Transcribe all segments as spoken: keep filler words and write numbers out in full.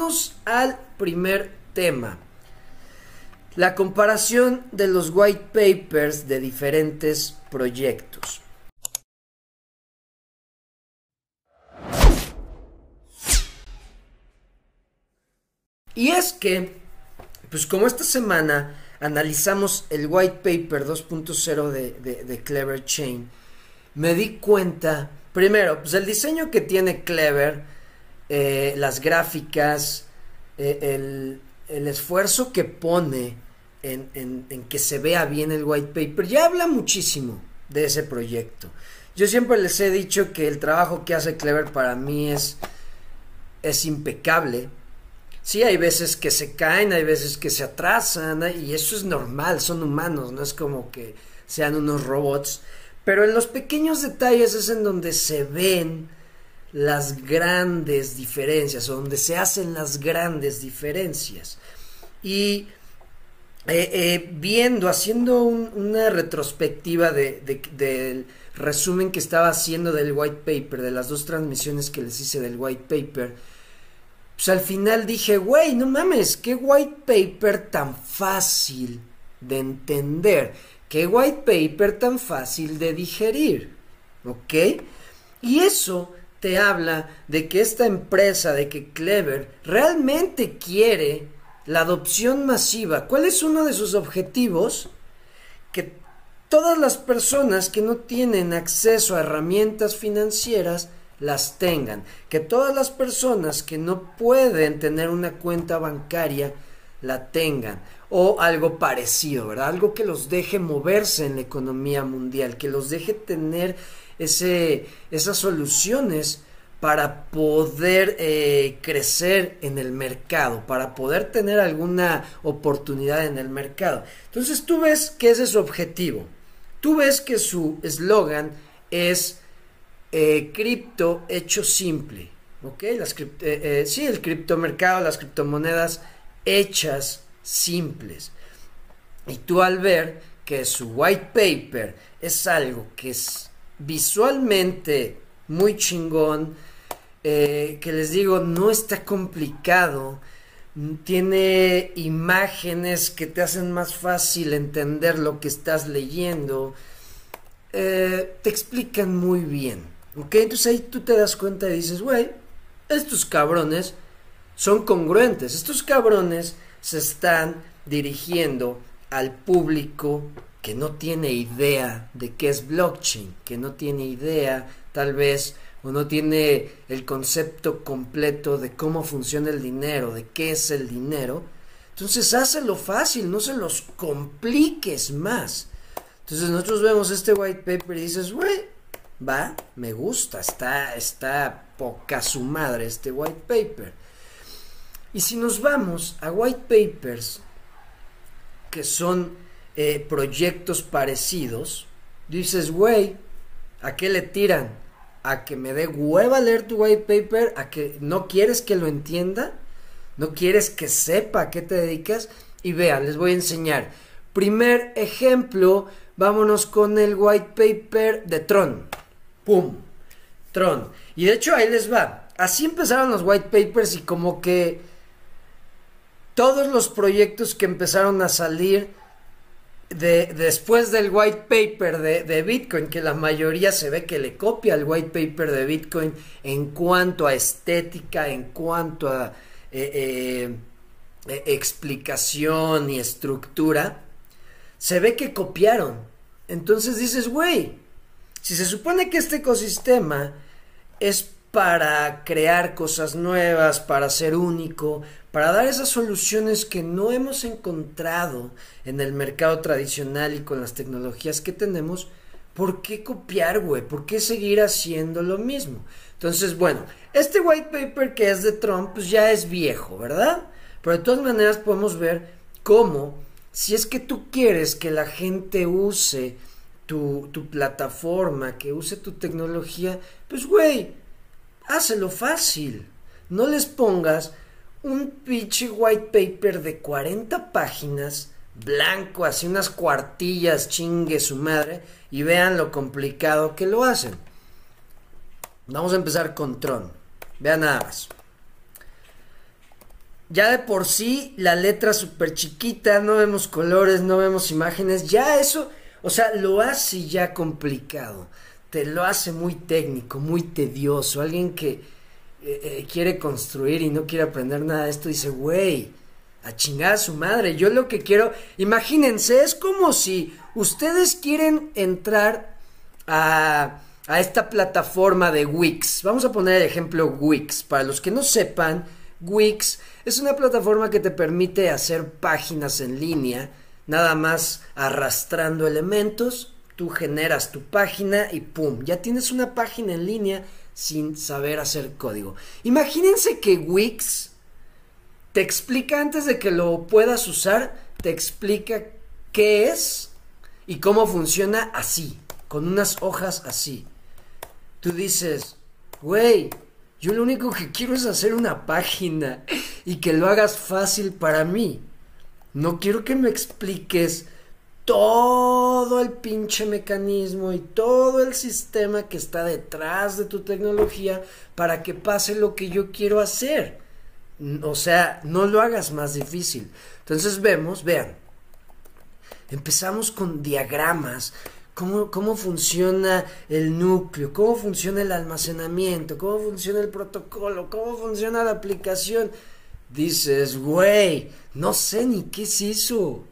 vámonos al primer tema. La comparación de los white papers de diferentes proyectos. Y es que, pues como esta semana analizamos el white paper dos punto cero de, de, de Clever Chain, me di cuenta, primero, pues el diseño que tiene Clever, eh, las gráficas, eh, el, el esfuerzo que pone en, en, en que se vea bien el white paper, ya habla muchísimo de ese proyecto. Yo siempre les he dicho que el trabajo que hace Clever para mí es, es impecable. Sí, hay veces que se caen, hay veces que se atrasan, y eso es normal, son humanos, no es como que sean unos robots, pero en los pequeños detalles es en donde se ven las grandes diferencias, o donde se hacen las grandes diferencias. Y eh, eh, viendo, haciendo un, una retrospectiva de, de, del resumen que estaba haciendo del white paper, de las dos transmisiones que les hice del white paper, pues al final dije, güey, no mames, qué white paper tan fácil de entender, qué white paper tan fácil de digerir, ¿ok? Y eso te habla de que esta empresa, de que Clever realmente quiere la adopción masiva. ¿Cuál es uno de sus objetivos? Que todas las personas que no tienen acceso a herramientas financieras las tengan, que todas las personas que no pueden tener una cuenta bancaria la tengan, o algo parecido, ¿verdad? Algo que los deje moverse en la economía mundial, que los deje tener ese, esas soluciones para poder eh, crecer en el mercado, para poder tener alguna oportunidad en el mercado. Entonces tú ves que ese es su objetivo, tú ves que su eslogan es Eh, cripto hecho simple, ¿ok? Las eh, eh, sí, el criptomercado, las criptomonedas hechas simples. Y tú al ver que su white paper es algo que es visualmente muy chingón, eh, que les digo, no está complicado, tiene imágenes que te hacen más fácil entender lo que estás leyendo, eh, te explican muy bien. Ok, entonces ahí tú te das cuenta y dices, güey, estos cabrones son congruentes, estos cabrones se están dirigiendo al público que no tiene idea de qué es blockchain, que no tiene idea tal vez, o no tiene el concepto completo de cómo funciona el dinero, de qué es el dinero. Entonces hazlo fácil, no se los compliques más. Entonces nosotros vemos este white paper y dices, güey, va, me gusta, está, está poca su madre este white paper. Y si nos vamos a white papers que son eh, proyectos parecidos, dices, güey, ¿a qué le tiran? ¿A que me dé hueva leer tu white paper? ¿A que no quieres que lo entienda? ¿No quieres que sepa a qué te dedicas? Y vean, les voy a enseñar. Primer ejemplo, vámonos con el white paper de Tron. ¡Pum! Tron. Y de hecho ahí les va. Así empezaron los white papers, y como que todos los proyectos que empezaron a salir de, después del white paper de, de Bitcoin, que la mayoría se ve que le copia el white paper de Bitcoin en cuanto a estética, en cuanto a eh, eh, explicación y estructura, se ve que copiaron. Entonces dices, güey, si se supone que este ecosistema es para crear cosas nuevas, para ser único, para dar esas soluciones que no hemos encontrado en el mercado tradicional y con las tecnologías que tenemos, ¿por qué copiar, güey? ¿Por qué seguir haciendo lo mismo? Entonces, bueno, este white paper que es de Trump, pues ya es viejo, ¿verdad? Pero de todas maneras podemos ver cómo, si es que tú quieres que la gente use Tu, tu plataforma, que use tu tecnología, pues güey, hácelo fácil. No les pongas un pinche white paper de cuarenta páginas, blanco, así unas cuartillas, chingue su madre, y vean lo complicado que lo hacen. Vamos a empezar con Tron. Vean nada más. ya de por sí la letra súper chiquita, no vemos colores, no vemos imágenes, ya eso, o sea, lo hace ya complicado, te lo hace muy técnico, muy tedioso. Alguien que eh, eh, quiere construir y no quiere aprender nada de esto dice, güey, a chingar a su madre, yo lo que quiero, imagínense, es como si ustedes quieren entrar a, a esta plataforma de Wix. Vamos a poner el ejemplo Wix. Para los que no sepan, Wix es una plataforma que te permite hacer páginas en línea, nada más arrastrando elementos. Tú generas tu página y pum, ya tienes una página en línea sin saber hacer código. Imagínense que Wix te explica, antes de que lo puedas usar, te explica qué es y cómo funciona así, con unas hojas así. Tú dices, güey, yo lo único que quiero es hacer una página y que lo hagas fácil para mí. No quiero que me expliques todo el pinche mecanismo y todo el sistema que está detrás de tu tecnología para que pase lo que yo quiero hacer. O sea, no lo hagas más difícil. Entonces vemos, vean, empezamos con diagramas, cómo, cómo funciona el núcleo, cómo funciona el almacenamiento, cómo funciona el protocolo, cómo funciona la aplicación. Dices, güey, no sé ni qué es eso.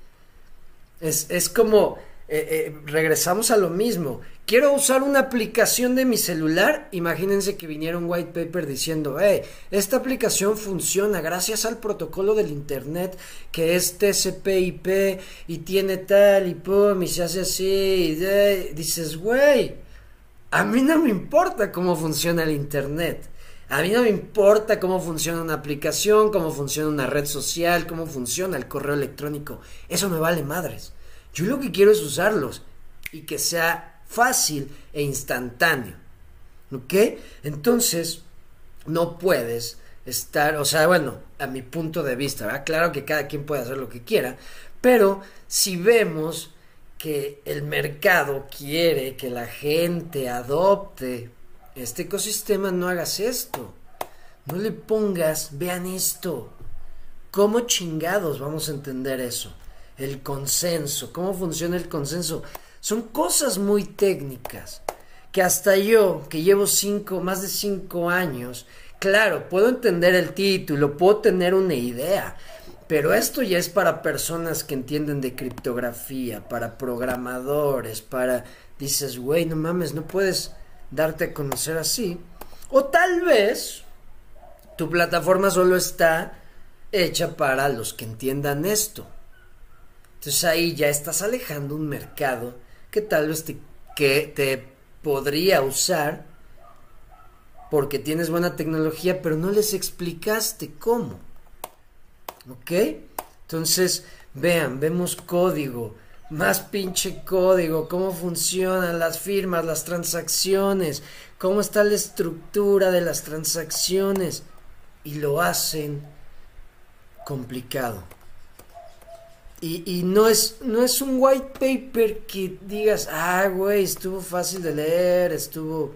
Es, es como, eh, eh, regresamos a lo mismo. Quiero usar una aplicación de mi celular. Imagínense que viniera un white paper diciendo, hey, esta aplicación funciona gracias al protocolo del internet que es T C P I P y tiene tal y pum y se hace así y de... dices, güey, a mí no me importa cómo funciona el internet. A mí no me importa cómo funciona una aplicación, cómo funciona una red social, cómo funciona el correo electrónico. Eso me vale madres. Yo lo que quiero es usarlos y que sea fácil e instantáneo, ¿ok? Entonces, no puedes estar, o sea, bueno, a mi punto de vista, ¿verdad? Claro que cada quien puede hacer lo que quiera, pero si vemos que el mercado quiere que la gente adopte este ecosistema, no hagas esto, no le pongas, vean esto, ¿cómo chingados vamos a entender eso? El consenso, ¿cómo funciona el consenso? Son cosas muy técnicas que hasta yo, que llevo cinco, más de cinco años, claro, puedo entender el título, puedo tener una idea, pero esto ya es para personas que entienden de criptografía, para programadores, para... dices, güey, no mames, no puedes darte a conocer así. O tal vez tu plataforma solo está hecha para los que entiendan esto. Entonces ahí ya estás alejando un mercado que tal vez te, que te podría usar porque tienes buena tecnología, pero no les explicaste cómo. ¿Ok? Entonces, vean, vemos código, más pinche código, cómo funcionan las firmas, las transacciones, cómo está la estructura de las transacciones, y lo hacen complicado. Y, y no es no es un white paper que digas, ah, güey, estuvo fácil de leer, estuvo...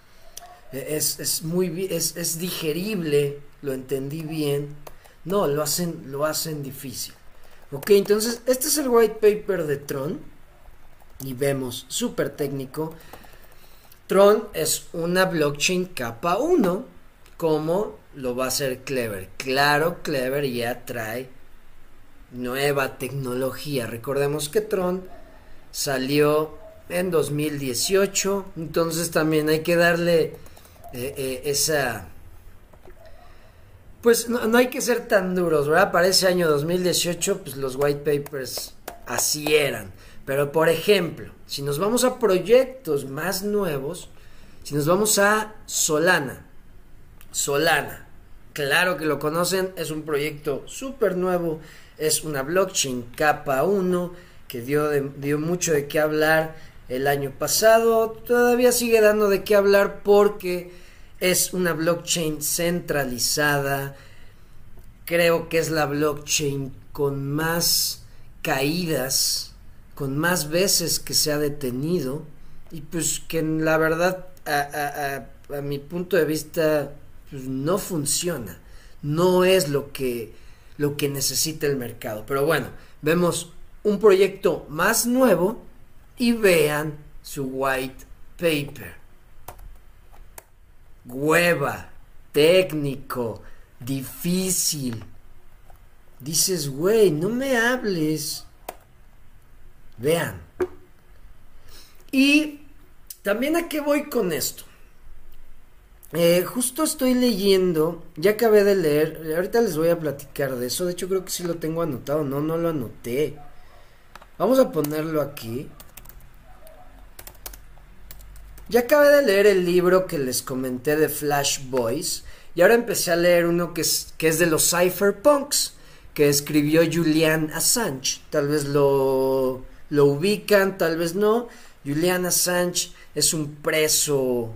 Es, es muy es, es digerible, lo entendí bien. No, lo hacen, lo hacen difícil. Ok, entonces, este es el white paper de Tron. Y vemos, súper técnico. Tron es una blockchain capa uno, como lo va a hacer Clever. Claro, Clever ya trae nueva tecnología. Recordemos que Tron salió en dos mil dieciocho, entonces también hay que darle eh, eh, esa... Pues no, no hay que ser tan duros, ¿verdad? Para ese año dos mil dieciocho, pues los white papers así eran. Pero por ejemplo, si nos vamos a proyectos más nuevos, si nos vamos a Solana, Solana, claro que lo conocen, es un proyecto súper nuevo, es una blockchain capa uno que dio, de, dio mucho de qué hablar el año pasado, todavía sigue dando de qué hablar porque es una blockchain centralizada. Creo que es la blockchain con más caídas, con más veces que se ha detenido, y pues que la verdad a, a, a, a mi punto de vista pues no funciona, no es lo que, lo que necesita el mercado. Pero bueno, vemos un proyecto más nuevo y vean su white paper. Hueva, técnico, difícil. Dices, güey, no me hables. Vean. Y también a qué voy con esto. Eh, justo estoy leyendo, ya acabé de leer, ahorita les voy a platicar de eso. De hecho creo que sí lo tengo anotado. No, no lo anoté. Vamos a ponerlo aquí. Ya acabé de leer el libro que les comenté de Flash Boys. Y ahora empecé a leer uno que es, que es de los cypherpunks, que escribió Julian Assange. Tal vez lo, lo ubican, tal vez no. Julian Assange es un preso,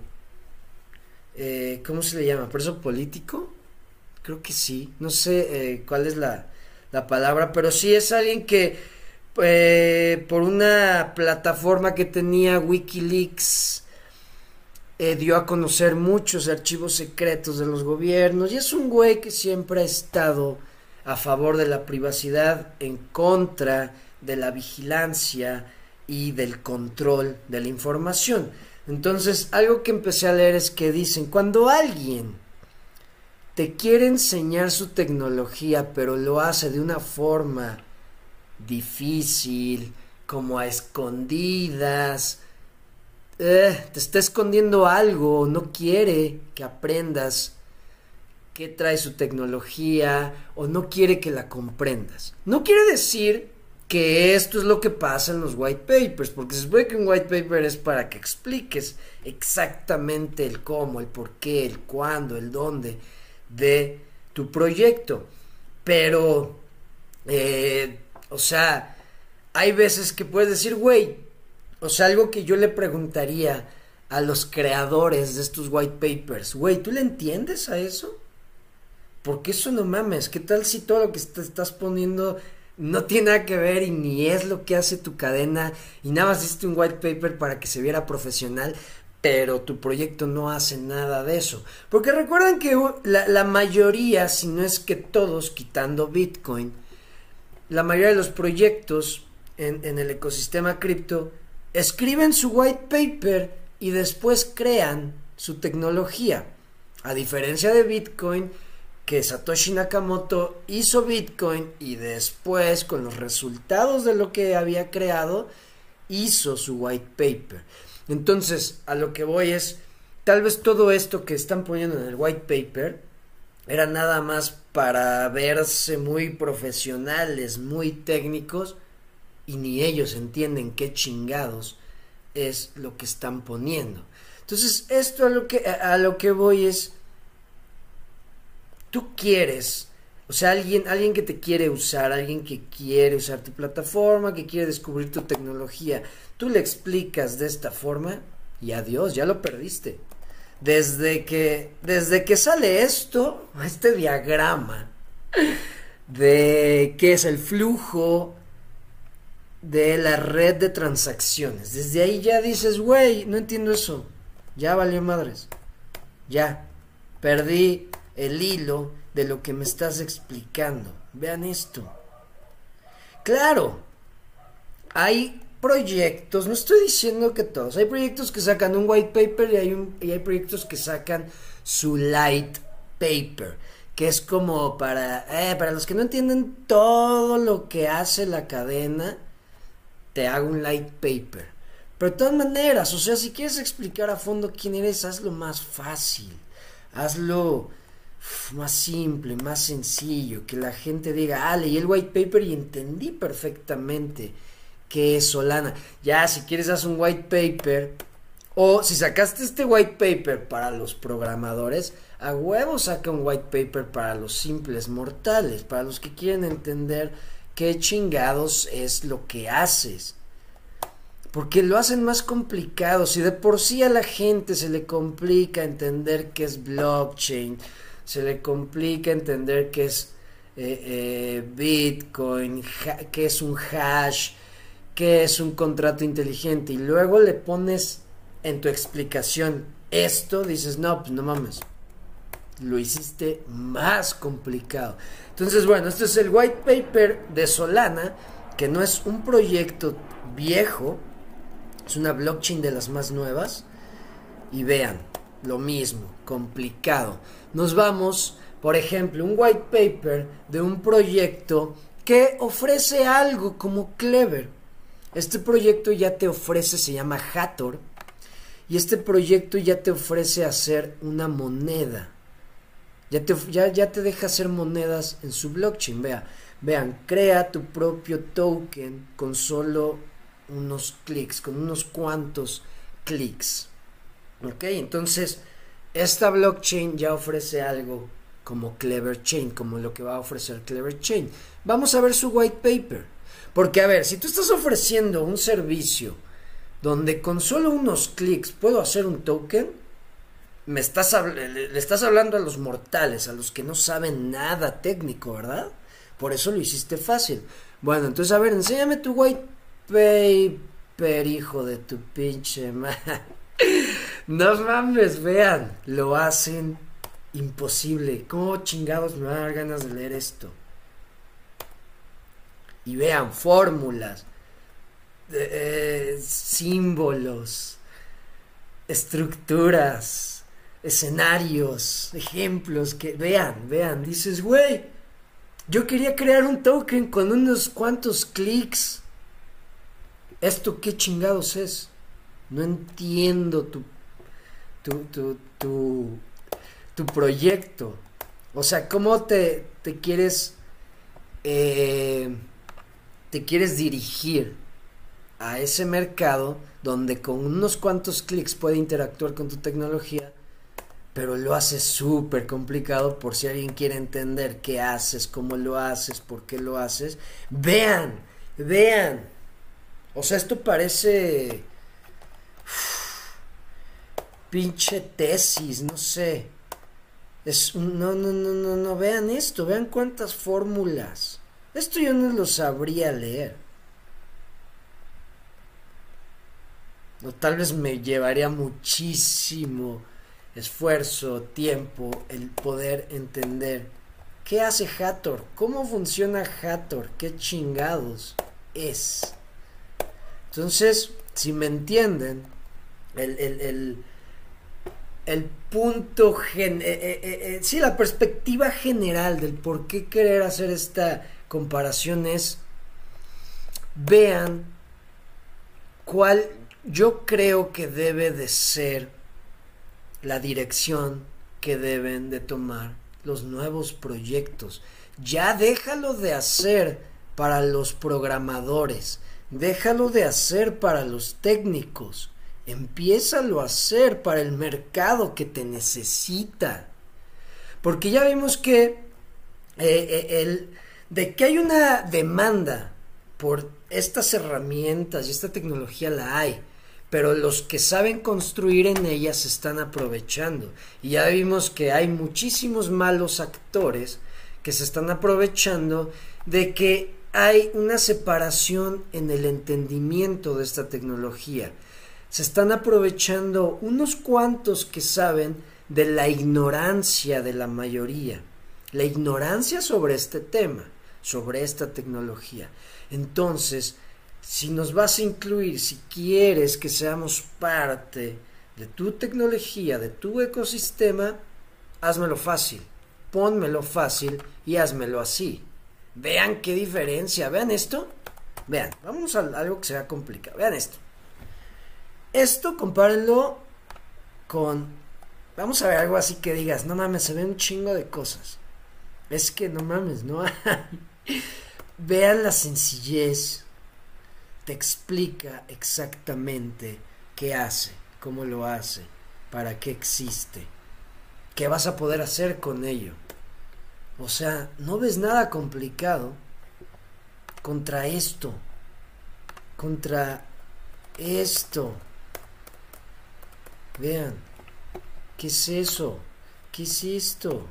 eh, ¿cómo se le llama? ¿Preso político? Creo que sí. No sé eh, cuál es la, la palabra, pero sí es alguien que eh, por una plataforma que tenía Wikileaks Eh, dio a conocer muchos archivos secretos de los gobiernos, y es un güey que siempre ha estado a favor de la privacidad, en contra de la vigilancia y del control de la información. Entonces, algo que empecé a leer es que dicen, cuando alguien te quiere enseñar su tecnología, pero lo hace de una forma difícil, como a escondidas, Eh, te está escondiendo algo, no quiere que aprendas qué trae su tecnología, o no quiere que la comprendas. No quiere decir que esto es lo que pasa en los white papers, porque se supone que un white paper es para que expliques exactamente el cómo, el por qué, el cuándo, el dónde de tu proyecto. Pero, eh, o sea, hay veces que puedes decir, güey, o sea, algo que yo le preguntaría a los creadores de estos white papers, güey, ¿tú le entiendes a eso? Porque eso no mames, ¿qué tal si todo lo que te estás poniendo no tiene nada que ver y ni es lo que hace tu cadena, y nada más hiciste un white paper para que se viera profesional, pero tu proyecto no hace nada de eso? Porque recuerden que la, la mayoría, si no es que todos, quitando Bitcoin, la mayoría de los proyectos en, en el ecosistema cripto escriben su white paper y después crean su tecnología. A diferencia de Bitcoin, que Satoshi Nakamoto hizo Bitcoin y después, con los resultados de lo que había creado, hizo su white paper. Entonces, a lo que voy es, tal vez todo esto que están poniendo en el white paper era nada más para verse muy profesionales, muy técnicos, y ni ellos entienden qué chingados es lo que están poniendo. Entonces, esto a lo que, a, a lo que voy es, tú quieres, o sea, alguien, alguien que te quiere usar, alguien que quiere usar tu plataforma, que quiere descubrir tu tecnología, tú le explicas de esta forma y adiós, ya lo perdiste. Desde que, desde que sale esto, este diagrama de qué es el flujo de la red de transacciones, desde ahí ya dices, güey, no entiendo eso, ya valió madres, ya perdí el hilo de lo que me estás explicando. Vean esto. Claro, hay proyectos, no estoy diciendo que todos, hay proyectos que sacan un white paper y hay, un, y hay proyectos que sacan su light paper, que es como para, eh, para los que no entienden todo lo que hace la cadena, te hago un light paper. Pero de todas maneras, o sea, si quieres explicar a fondo quién eres, hazlo más fácil, hazlo uf, más simple, más sencillo, que la gente diga, ah, leí el white paper y entendí perfectamente qué es Solana. Ya, si quieres haz un white paper, o si sacaste este white paper para los programadores, a huevo saca un white paper para los simples mortales, para los que quieren entender qué chingados es lo que haces. Porque lo hacen más complicado. Si de por sí a la gente se le complica entender qué es blockchain, se le complica entender qué es eh, eh, Bitcoin, qué es un hash, qué es un contrato inteligente, y luego le pones en tu explicación esto, dices, no, pues no mames. lo hiciste más complicado. Entonces, bueno, este es el white paper de Solana, que no es un proyecto viejo, es una blockchain de las más nuevas. Y vean, lo mismo, complicado. Nos vamos, por ejemplo, un white paper de un proyecto que ofrece algo como Clever. Este proyecto ya te ofrece, se llama Hathor, y este proyecto ya te ofrece hacer una moneda. Ya te, ya, ya te deja hacer monedas en su blockchain. Vea, vean, crea tu propio token con solo unos clics, con unos cuantos clics. Ok, entonces esta blockchain ya ofrece algo como Clever Chain, como lo que va a ofrecer Clever Chain. Vamos a ver su white paper. Porque, a ver, si tú estás ofreciendo un servicio donde con solo unos clics puedo hacer un token, me estás le, le estás hablando a los mortales, a los que no saben nada técnico, ¿verdad? Por eso lo hiciste fácil. Bueno, entonces, a ver, enséñame tu white paper, hijo de tu pinche madre. No mames, vean, lo hacen imposible. ¿Cómo chingados me van a dar ganas de leer esto? Y vean, fórmulas, eh, símbolos, estructuras, escenarios, ejemplos, que vean, vean, dices, güey, yo quería crear un token con unos cuantos clics. ¿Esto qué chingados es? No entiendo tu, tu, tu, tu, tu proyecto. O sea, ¿cómo te, te quieres... Eh, te quieres dirigir a ese mercado donde con unos cuantos clics puede interactuar con tu tecnología, pero lo haces súper complicado por si alguien quiere entender qué haces, cómo lo haces, por qué lo haces? Vean, vean. O sea, esto parece uf, pinche tesis, no sé. Es un, no, no, no, no, no, vean esto, vean cuántas fórmulas. Esto yo no lo sabría leer. O tal vez me llevaría muchísimo esfuerzo, tiempo, el poder entender qué hace Hathor, cómo funciona Hathor, qué chingados es. Entonces, si me entienden, el, el, el, el punto, gen, eh, eh, eh, sí, la perspectiva general del por qué querer hacer esta comparación es, vean cuál yo creo que debe de ser la dirección que deben de tomar los nuevos proyectos. Ya déjalo de hacer para los programadores, déjalo de hacer para los técnicos, empiézalo a hacer para el mercado que te necesita. Porque ya vimos que eh, eh, el, de que hay una demanda por estas herramientas y esta tecnología la hay, pero los que saben construir en ellas se están aprovechando. Y ya vimos que hay muchísimos malos actores que se están aprovechando de que hay una separación en el entendimiento de esta tecnología. Se están aprovechando unos cuantos que saben de la ignorancia de la mayoría, la ignorancia sobre este tema, sobre esta tecnología. Entonces, si nos vas a incluir, si quieres que seamos parte de tu tecnología, de tu ecosistema, házmelo fácil, pónmelo fácil y házmelo así. Vean qué diferencia, vean esto, vean, vamos a algo que sea complicado, vean esto. Esto compárenlo con, vamos a ver algo así que digas, no mames, se ven un chingo de cosas. Es que no mames, no hay. Vean la sencillez. Te explica exactamente qué hace, cómo lo hace, para qué existe, qué vas a poder hacer con ello. O sea, no ves nada complicado contra esto, contra esto. Vean, ¿qué es eso? ¿Qué es esto?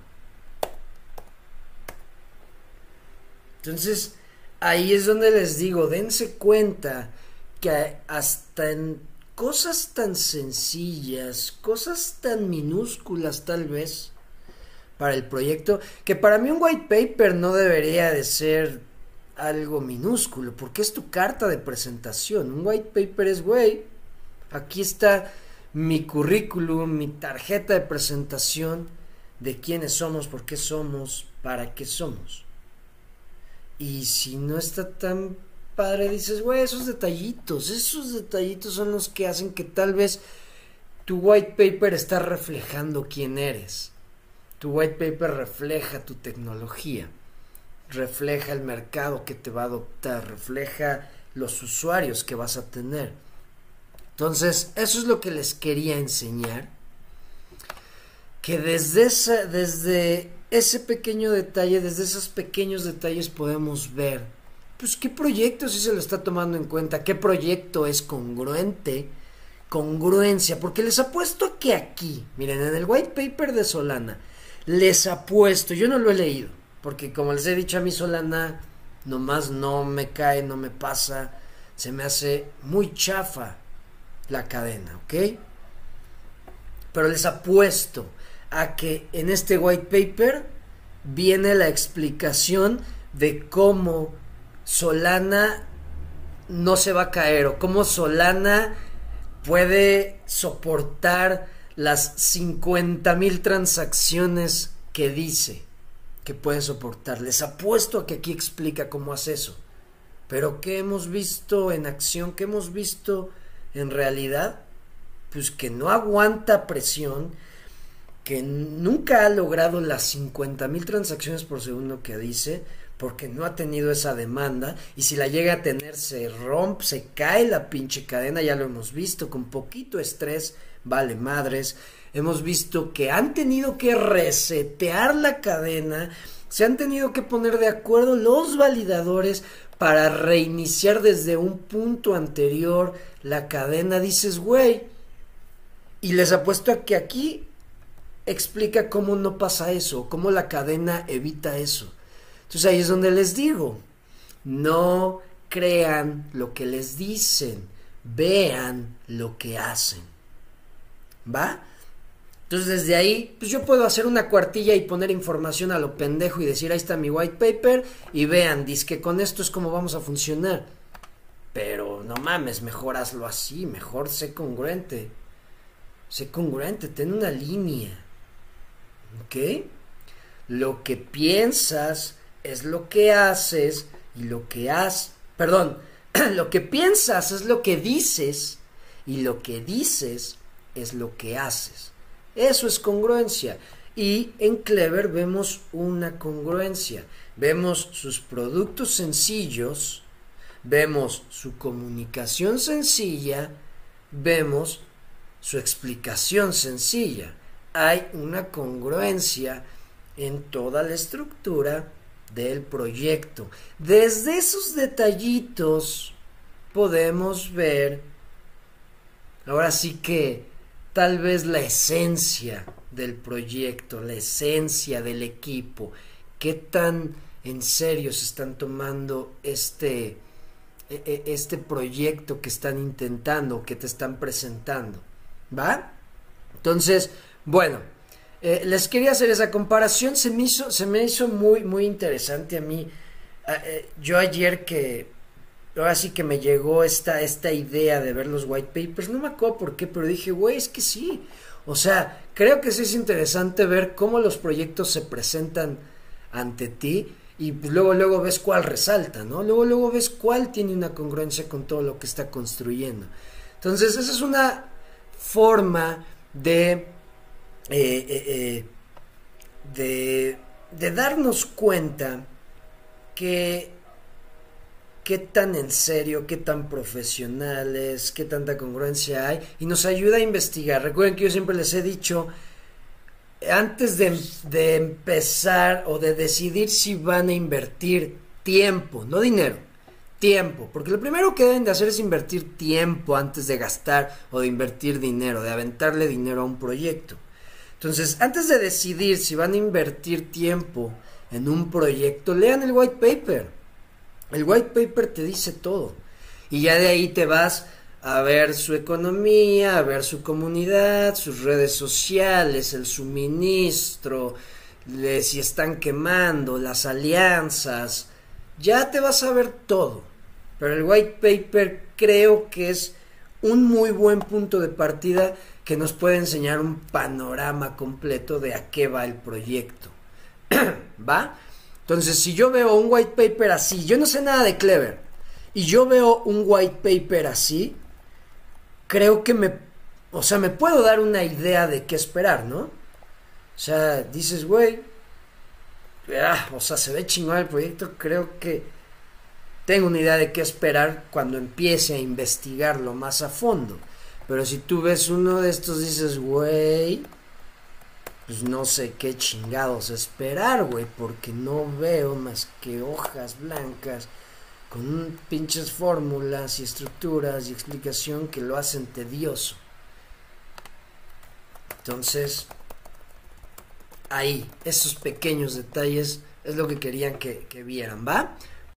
Entonces, ahí es donde les digo, dense cuenta que hasta en cosas tan sencillas, cosas tan minúsculas tal vez, para el proyecto, que para mí un white paper no debería de ser algo minúsculo, porque es tu carta de presentación. Un white paper es, güey, aquí está mi currículum, mi tarjeta de presentación de quiénes somos, por qué somos, para qué somos. Y si no está tan padre, dices, güey, esos detallitos, esos detallitos son los que hacen que tal vez tu white paper está reflejando quién eres. Tu white paper refleja tu tecnología, refleja el mercado que te va a adoptar, refleja los usuarios que vas a tener. Entonces, eso es lo que les quería enseñar, que desde esa, desde ese pequeño detalle, desde esos pequeños detalles podemos ver, pues, qué proyecto sí se lo está tomando en cuenta, qué proyecto es congruente, congruencia, porque les apuesto a que aquí, miren, en el white paper de Solana, les apuesto, yo no lo he leído, porque como les he dicho, a mí Solana nomás no me cae, no me pasa, se me hace muy chafa la cadena, ¿ok? Pero les apuesto a que en este white paper viene la explicación de cómo Solana no se va a caer, o cómo Solana puede soportar las cincuenta mil transacciones que dice que puede soportar. Les apuesto a que aquí explica cómo hace eso. Pero ¿qué hemos visto en acción? ¿Qué hemos visto en realidad? Pues que no aguanta presión, que nunca ha logrado las cincuenta mil transacciones por segundo que dice, porque no ha tenido esa demanda, y si la llega a tener se rompe, se cae la pinche cadena, ya lo hemos visto, con poquito estrés, vale madres. Hemos visto que han tenido que resetear la cadena, se han tenido que poner de acuerdo los validadores para reiniciar desde un punto anterior la cadena. Dices, güey, y les apuesto a que aquí explica cómo no pasa eso, cómo la cadena evita eso. Entonces ahí es donde les digo, no crean lo que les dicen, vean lo que hacen, ¿va? Entonces desde ahí, pues yo puedo hacer una cuartilla y poner información a lo pendejo y decir, ahí está mi white paper, y vean, dice que con esto es como vamos a funcionar. Pero no mames, mejor hazlo así, mejor sé congruente, sé congruente, ten una línea, ¿ok? Lo que piensas es lo que haces, y lo que haces, perdón, lo que piensas es lo que dices, y lo que dices es lo que haces. Eso es congruencia. Y en Clever vemos una congruencia. Vemos sus productos sencillos, vemos su comunicación sencilla, vemos su explicación sencilla. Hay una congruencia en toda la estructura del proyecto. Desde esos detallitos podemos ver, ahora sí que tal vez la esencia del proyecto, la esencia del equipo, qué tan en serio se están tomando este, este proyecto que están intentando, que te están presentando, ¿va? Entonces, bueno, eh, les quería hacer esa comparación, se me hizo, se me hizo muy, muy interesante a mí. Eh, yo ayer que ahora sí que me llegó esta, esta idea de ver los white papers, no me acuerdo por qué, pero dije, güey, es que sí, o sea, creo que sí es interesante ver cómo los proyectos se presentan ante ti, y pues luego, luego ves cuál resalta, ¿no? Luego, luego ves cuál tiene una congruencia con todo lo que está construyendo. Entonces, esa es una forma de, eh, eh, eh, de, de darnos cuenta que qué tan en serio, qué tan profesionales, qué tanta congruencia hay, y nos ayuda a investigar. Recuerden que yo siempre les he dicho, antes de, de empezar o de decidir si van a invertir tiempo, no dinero, tiempo, porque lo primero que deben de hacer es invertir tiempo antes de gastar o de invertir dinero, de aventarle dinero a un proyecto. Entonces, antes de decidir si van a invertir tiempo en un proyecto, lean el white paper. El white paper te dice todo, y ya de ahí te vas a ver su economía, a ver su comunidad, sus redes sociales, el suministro, de si están quemando, las alianzas, ya te vas a ver todo. Pero el white paper creo que es un muy buen punto de partida que nos puede enseñar un panorama completo de a qué va el proyecto. ¿Va? Entonces, si yo veo un white paper así, yo no sé nada de Clever, y yo veo un white paper así, creo que me, o sea, me puedo dar una idea de qué esperar, ¿no? O sea, dices, güey, ah, o sea, se ve chingón el proyecto, creo que tengo una idea de qué esperar cuando empiece a investigarlo más a fondo. Pero si tú ves uno de estos, dices, güey, pues no sé qué chingados esperar, güey, porque no veo más que hojas blancas con pinches fórmulas y estructuras y explicación que lo hacen tedioso. Entonces, ahí, esos pequeños detalles es lo que querían que, que vieran, ¿va?